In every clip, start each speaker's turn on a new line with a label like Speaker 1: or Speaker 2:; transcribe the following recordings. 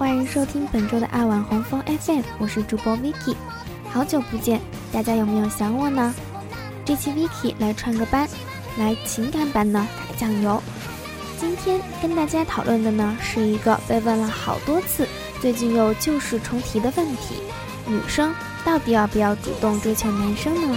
Speaker 1: 欢迎收听本周的爱晚红枫 FM， 我是主播 Vicky。好久不见，大家有没有想我呢？这期 Vicky 来串个班，来情感版呢打酱油。今天跟大家讨论的呢是一个被问了好多次，最近又旧事重提的问题：女生到底要不要主动追求男生呢？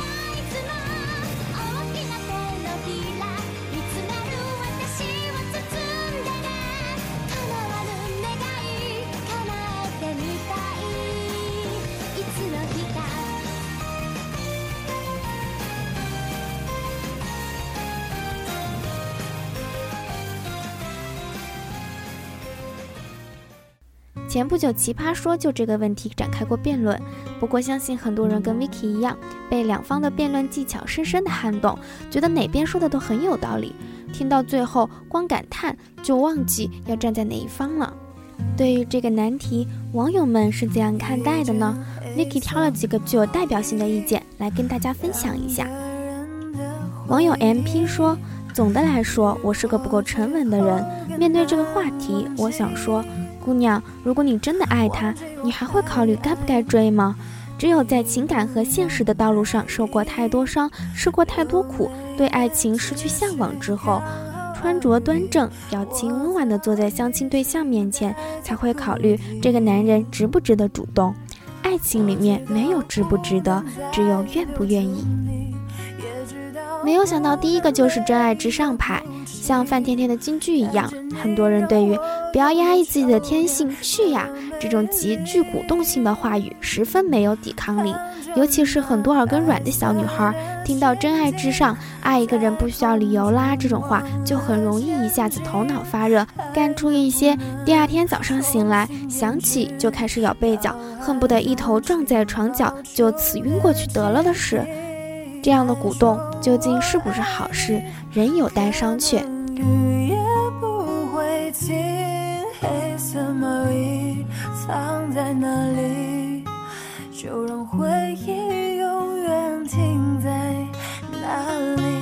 Speaker 1: 前不久奇葩说就这个问题展开过辩论，不过相信很多人跟 Vicky 一样，被两方的辩论技巧深深的撼动，觉得哪边说的都很有道理，听到最后光感叹就忘记要站在哪一方了。对于这个难题，网友们是怎样看待的呢？ Vicky 挑了几个具有代表性的意见来跟大家分享一下。网友 MP 说，总的来说我是个不够沉稳的人，面对这个话题，我想说，姑娘，如果你真的爱他，你还会考虑该不该追吗？只有在情感和现实的道路上受过太多伤，吃过太多苦，对爱情失去向往之后，穿着端正，表情温婉地坐在相亲对象面前，才会考虑这个男人值不值得主动。爱情里面没有值不值得，只有愿不愿意。没有想到第一个就是真爱至上派，像范甜甜的金句一样，很多人对于不要压抑自己的天性，去呀这种极具鼓动性的话语十分没有抵抗力，尤其是很多耳根软的小女孩，听到真爱至上，爱一个人不需要理由啦这种话，就很容易一下子头脑发热，干出一些第二天早上醒来想起就开始咬被角，恨不得一头撞在床角就此晕过去得了的事。这样的鼓动究竟是不是好事，人有待商榷。
Speaker 2: 雨也不会停，黑色毛衣藏在哪里，就让回忆永远停在哪里。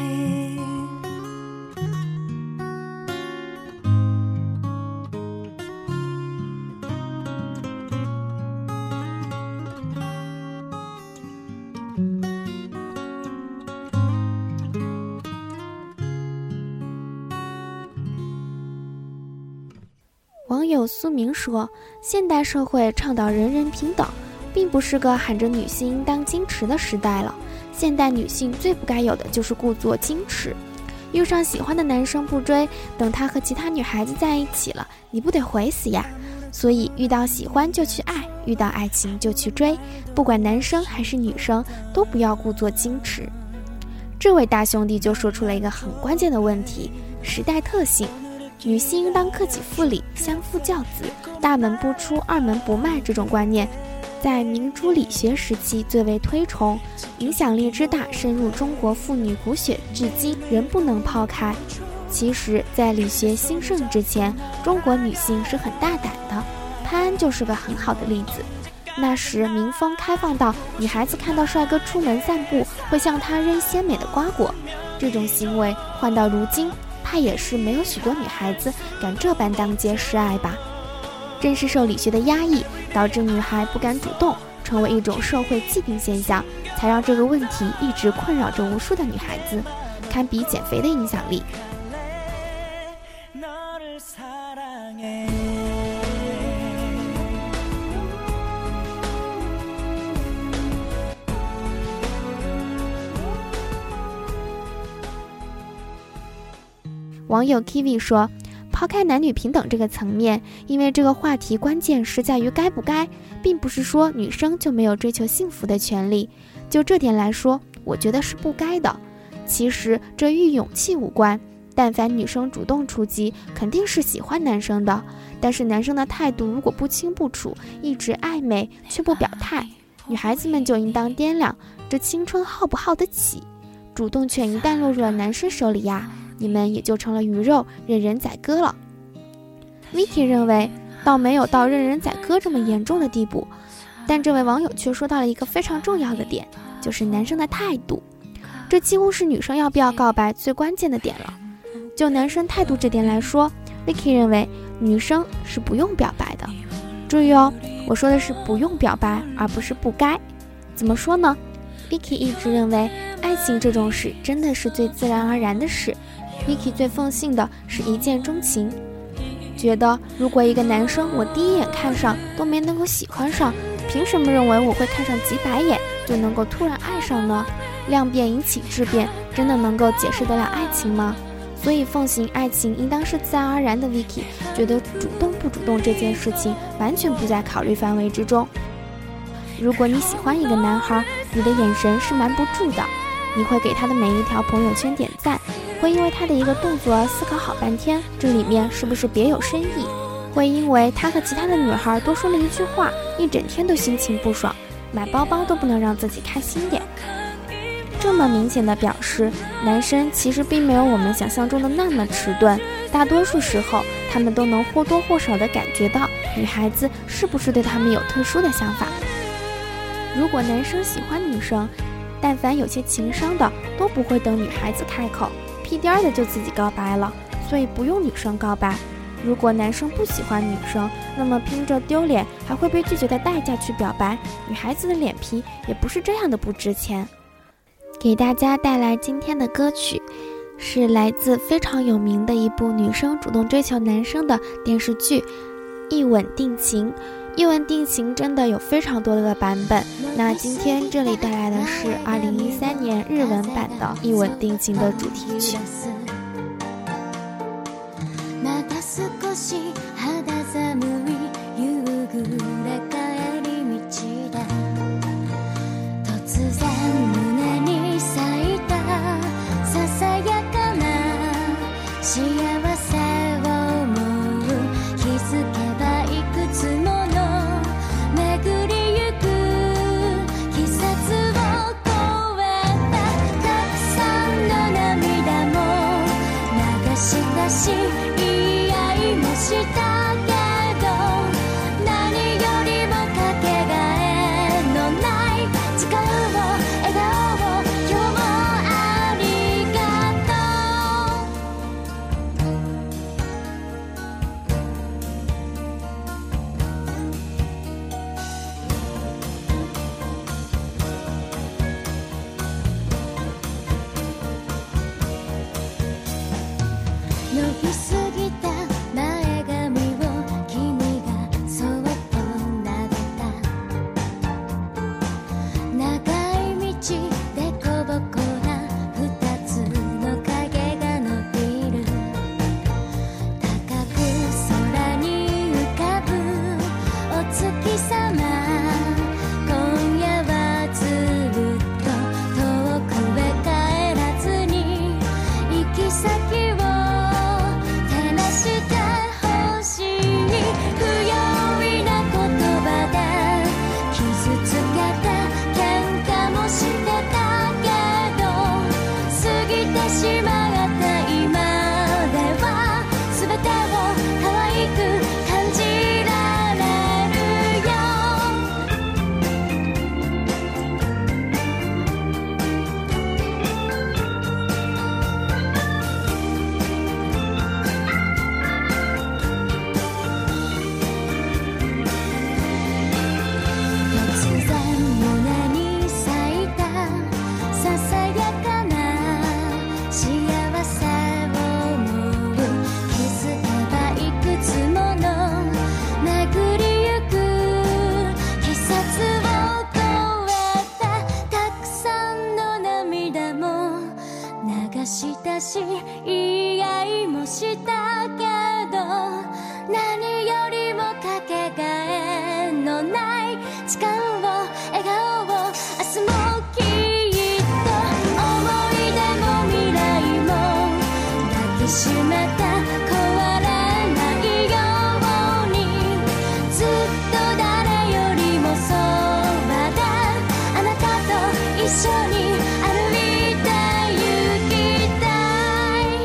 Speaker 1: 网友苏明说，现代社会倡导人人平等，并不是个喊着女性应当矜持的时代了。现代女性最不该有的就是故作矜持，遇上喜欢的男生不追，等他和其他女孩子在一起了，你不得回死呀？所以遇到喜欢就去爱，遇到爱情就去追，不管男生还是女生，都不要故作矜持。这位大兄弟就说出了一个很关键的问题：时代特性。女性应当克己复礼，相夫教子，大门不出二门不迈这种观念在明朱理学时期最为推崇，影响力之大深入中国妇女骨血，至今仍不能抛开。其实在理学兴盛之前，中国女性是很大胆的，潘安就是个很好的例子。那时民风开放到女孩子看到帅哥出门散步会向他扔鲜美的瓜果，这种行为换到如今，怕也是没有许多女孩子敢这般当街示爱吧。正是受理学的压抑，导致女孩不敢主动，成为一种社会既定现象，才让这个问题一直困扰着无数的女孩子，堪比减肥的影响力。网友 Kiwi 说，抛开男女平等这个层面，因为这个话题关键是在于该不该，并不是说女生就没有追求幸福的权利。就这点来说，我觉得是不该的。其实这与勇气无关，但凡女生主动出击，肯定是喜欢男生的，但是男生的态度如果不清不楚，一直暧昧却不表态，女孩子们就应当掂量这青春耗不耗得起。主动权一旦落入了男生手里呀，你们也就成了鱼肉，任人宰割了。Vicky 认为倒没有到任人宰割这么严重的地步，但这位网友却说到了一个非常重要的点，就是男生的态度。这几乎是女生要不要告白最关键的点了。就男生态度这点来说， Vicky 认为女生是不用表白的。 注意哦，我说的是不用表白，而不是不该。怎么说呢？ Vicky 一直认为爱情这种事真的是最自然而然的事。Vicky 最奉行的是一见钟情，觉得如果一个男生我第一眼看上都没能够喜欢上，凭什么认为我会看上几百眼就能够突然爱上呢？量变引起质变，真的能够解释得了爱情吗？所以奉行爱情应当是自然而然的 Vicky 觉得主动不主动这件事情完全不在考虑范围之中。如果你喜欢一个男孩，你的眼神是瞒不住的，你会给他的每一条朋友圈点赞，会因为他的一个动作而思考好半天，这里面是不是别有深意，会因为他和其他的女孩多说了一句话，一整天都心情不爽，买包包都不能让自己开心点。这么明显的表示，男生其实并没有我们想象中的那么迟钝，大多数时候他们都能或多或少地感觉到女孩子是不是对他们有特殊的想法。如果男生喜欢女生，但凡有些情商的都不会等女孩子开口，屁颠儿的就自己告白了，所以不用女生告白。如果男生不喜欢女生，那么拼着丢脸还会被拒绝的代价去表白，女孩子的脸皮也不是这样的不值钱。给大家带来今天的歌曲，是来自非常有名的一部女生主动追求男生的电视剧《一吻定情》。一吻定情真的有非常多的版本，那今天这里带来的是2013年日文版的一吻定情的主題曲。また少し肌寒い夕暮れ帰り道だ突然胸に咲いたささやかな幸せを思う気づけばいくつも巡りゆく季節を越えたたくさんの涙も流したし言い合いもしたけど何よりもかけがえのない時間を笑顔を今日もありがと伸びすぎた前髪を君がそっと撫でた長い道でこぼこな二つの影が伸びる高く空に浮かぶお月様今夜はずっと遠くへ帰らずに行き先をしてほしい不用意な言葉で傷つけて喧嘩もしてたけど過ぎてしまった今では全てを可愛く感じられるよしたし言い合いもしたけど何よりもかけがえのない時間を笑顔を明日もきっと思い出も未来も抱きしめた壊れないようにずっと誰よりもそばであなたと一緒に歩いてゆきたい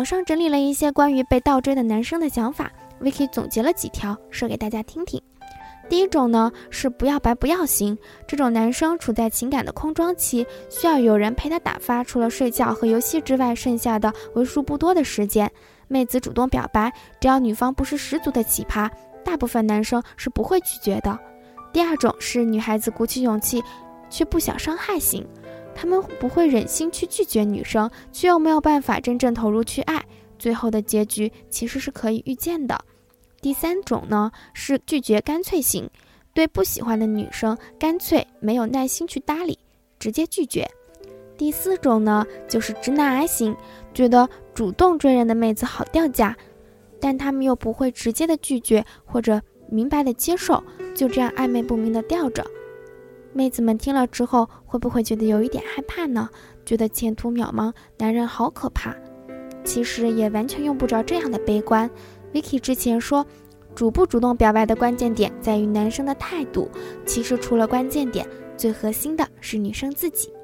Speaker 1: 网上整理了一些关于被倒追的男生的想法， Vicky 总结了几条，说给大家听听。第一种呢是不要白不要型，这种男生处在情感的空窗期，需要有人陪他打发除了睡觉和游戏之外剩下的为数不多的时间。妹子主动表白，只要女方不是十足的奇葩，大部分男生是不会拒绝的。第二种是女孩子鼓起勇气却不想伤害型，他们不会忍心去拒绝女生，却又没有办法真正投入去爱，最后的结局其实是可以预见的。第三种呢是拒绝干脆型，对不喜欢的女生干脆没有耐心去搭理，直接拒绝。第四种呢就是直男癌型，觉得主动追人的妹子好掉价，但他们又不会直接的拒绝或者明白的接受，就这样暧昧不明的吊着。妹子们听了之后会不会觉得有一点害怕呢？觉得前途渺茫，男人好可怕。其实也完全用不着这样的悲观。Vicky 之前说，主不主动表白的关键点在于男生的态度，其实除了关键点，最核心的是女生自己。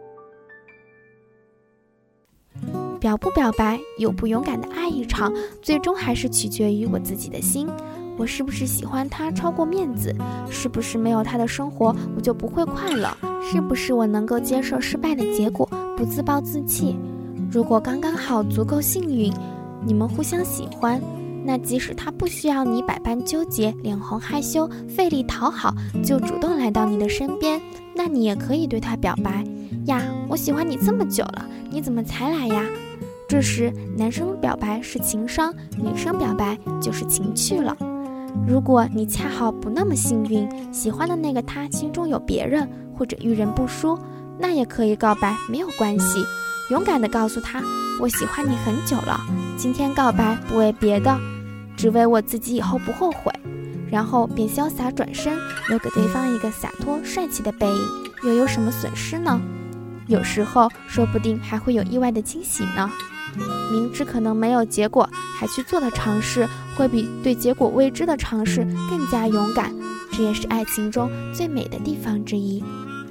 Speaker 1: 表不表白，勇不勇敢的爱一场，最终还是取决于我自己的心。我是不是喜欢他超过面子？是不是没有他的生活我就不会快乐？是不是我能够接受失败的结果，不自暴自弃？如果刚刚好足够幸运，你们互相喜欢，那即使他不需要你百般纠结，脸红害羞，费力讨好，就主动来到你的身边，那你也可以对他表白呀，我喜欢你这么久了，你怎么才来呀？这时男生表白是情商，女生表白就是情趣了。如果你恰好不那么幸运，喜欢的那个他心中有别人，或者遇人不淑，那也可以告白，没有关系，勇敢地告诉他，我喜欢你很久了，今天告白不为别的，只为我自己以后不后悔，然后便潇洒转身，留给对方一个洒脱帅气的背影，又有什么损失呢？有时候说不定还会有意外的惊喜呢。明知可能没有结果还去做的尝试，会比对结果未知的尝试更加勇敢，这也是爱情中最美的地方之一。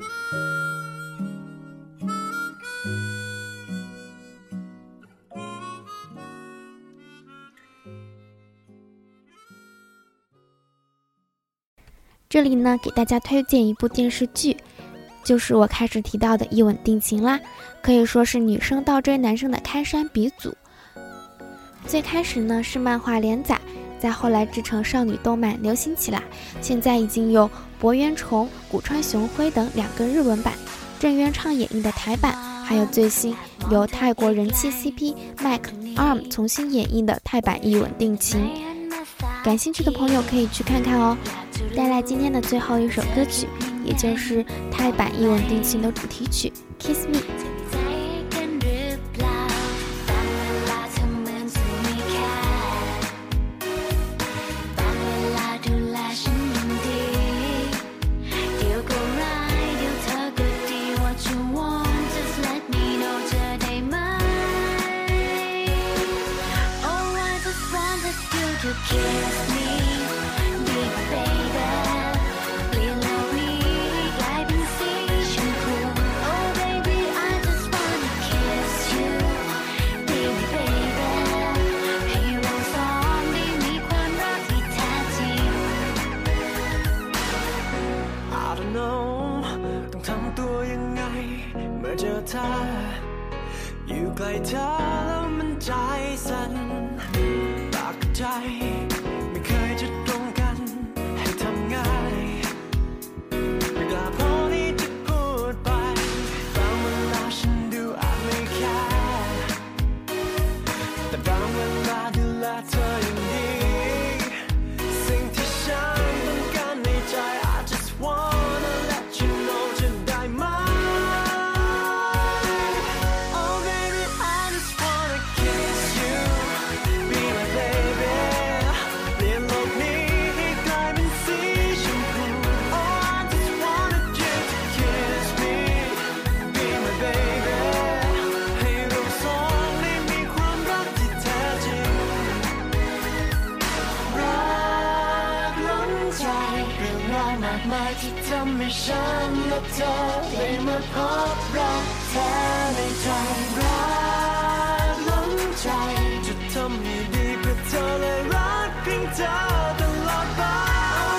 Speaker 1: 这里呢，给大家推荐一部电视剧，就是我开始提到的《一吻定情》啦，可以说是女生倒追男生的开山鼻祖。最开始呢是漫画连载，再后来制成少女动漫流行起来，现在已经有柏原崇、古川雄辉等2个日文版，郑元畅演绎的台版，还有最新由泰国人气 CP Mike、Arm 重新演绎的泰版《一吻定情》，感兴趣的朋友可以去看看哦。带来今天的最后一首歌曲，也就是泰版《一吻定情》的主题曲 Kiss Me。
Speaker 2: อยู่ใกล้เธอแล้วมันใจสั่นปากกับใจไม่เคยจะตรงกันให้ทำง่ายไม่กล้าพอที่จะพูดไปบางเวลาฉันดูอาจไม่แคร์แต่บางเวลาดูแลเธออย่างดีสิ่งที่ฉันต้องการในใจ I just wanna let you know จะได้ไหมที่ทำให้ฉันและเธอได้มาพบรักแท้ในใจรักล้นใจจุด你的歌跳了 Rocking 它的喇叭。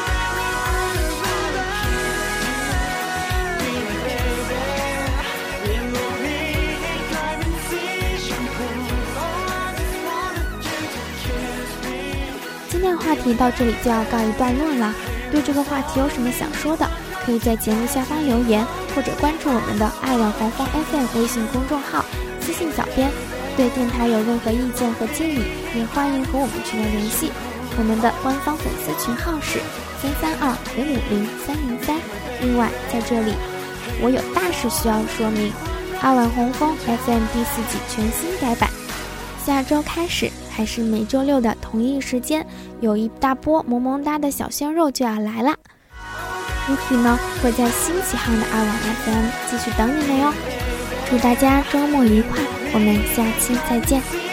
Speaker 1: 今天的话题到这里就要告一段落了。对这个话题有什么想说的，可以在节目下方留言，或者关注我们的爱晚黄蜂 FM 微信公众号，私信小编。对电台有任何意见和建议，也欢迎和我们取得联系。我们的官方粉丝群号是332-550-303。另外，在这里我有大事需要说明，爱晚黄蜂 FM 第4季全新改版，下周开始还是每周六的同一时间，有一大波萌萌哒的小鲜肉就要来啦。Vicky 呢会在新起航的爱晚 FM 继续等你们哟。祝大家周末愉快，我们下期再见。